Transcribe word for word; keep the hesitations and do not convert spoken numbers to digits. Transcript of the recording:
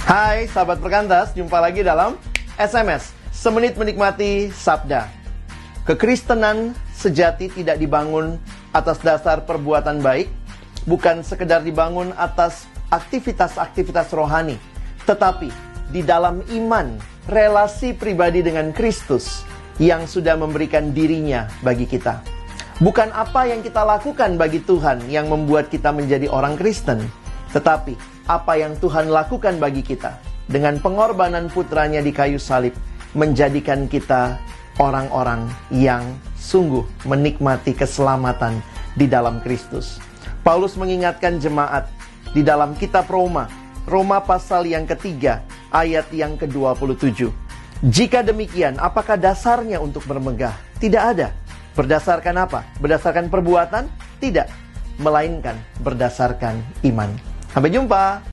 Hai sahabat Perkantas, jumpa lagi dalam S M S Semenit Menikmati Sabda. Kekristenan sejati tidak dibangun atas dasar perbuatan baik, bukan sekedar dibangun atas aktivitas-aktivitas rohani, tetapi di dalam iman, relasi pribadi dengan Kristus yang sudah memberikan dirinya bagi kita. Bukan apa yang kita lakukan bagi Tuhan yang membuat kita menjadi orang Kristen, tetapi apa yang Tuhan lakukan bagi kita dengan pengorbanan putranya di kayu salib, menjadikan kita orang-orang yang sungguh menikmati keselamatan di dalam Kristus. Paulus mengingatkan jemaat di dalam kitab Roma, Roma pasal yang ketiga, ayat yang ke dua puluh tujuh. Jika demikian, apakah dasarnya untuk bermegah? Tidak ada. Berdasarkan apa? Berdasarkan perbuatan? Tidak. Melainkan berdasarkan iman. Sampai jumpa.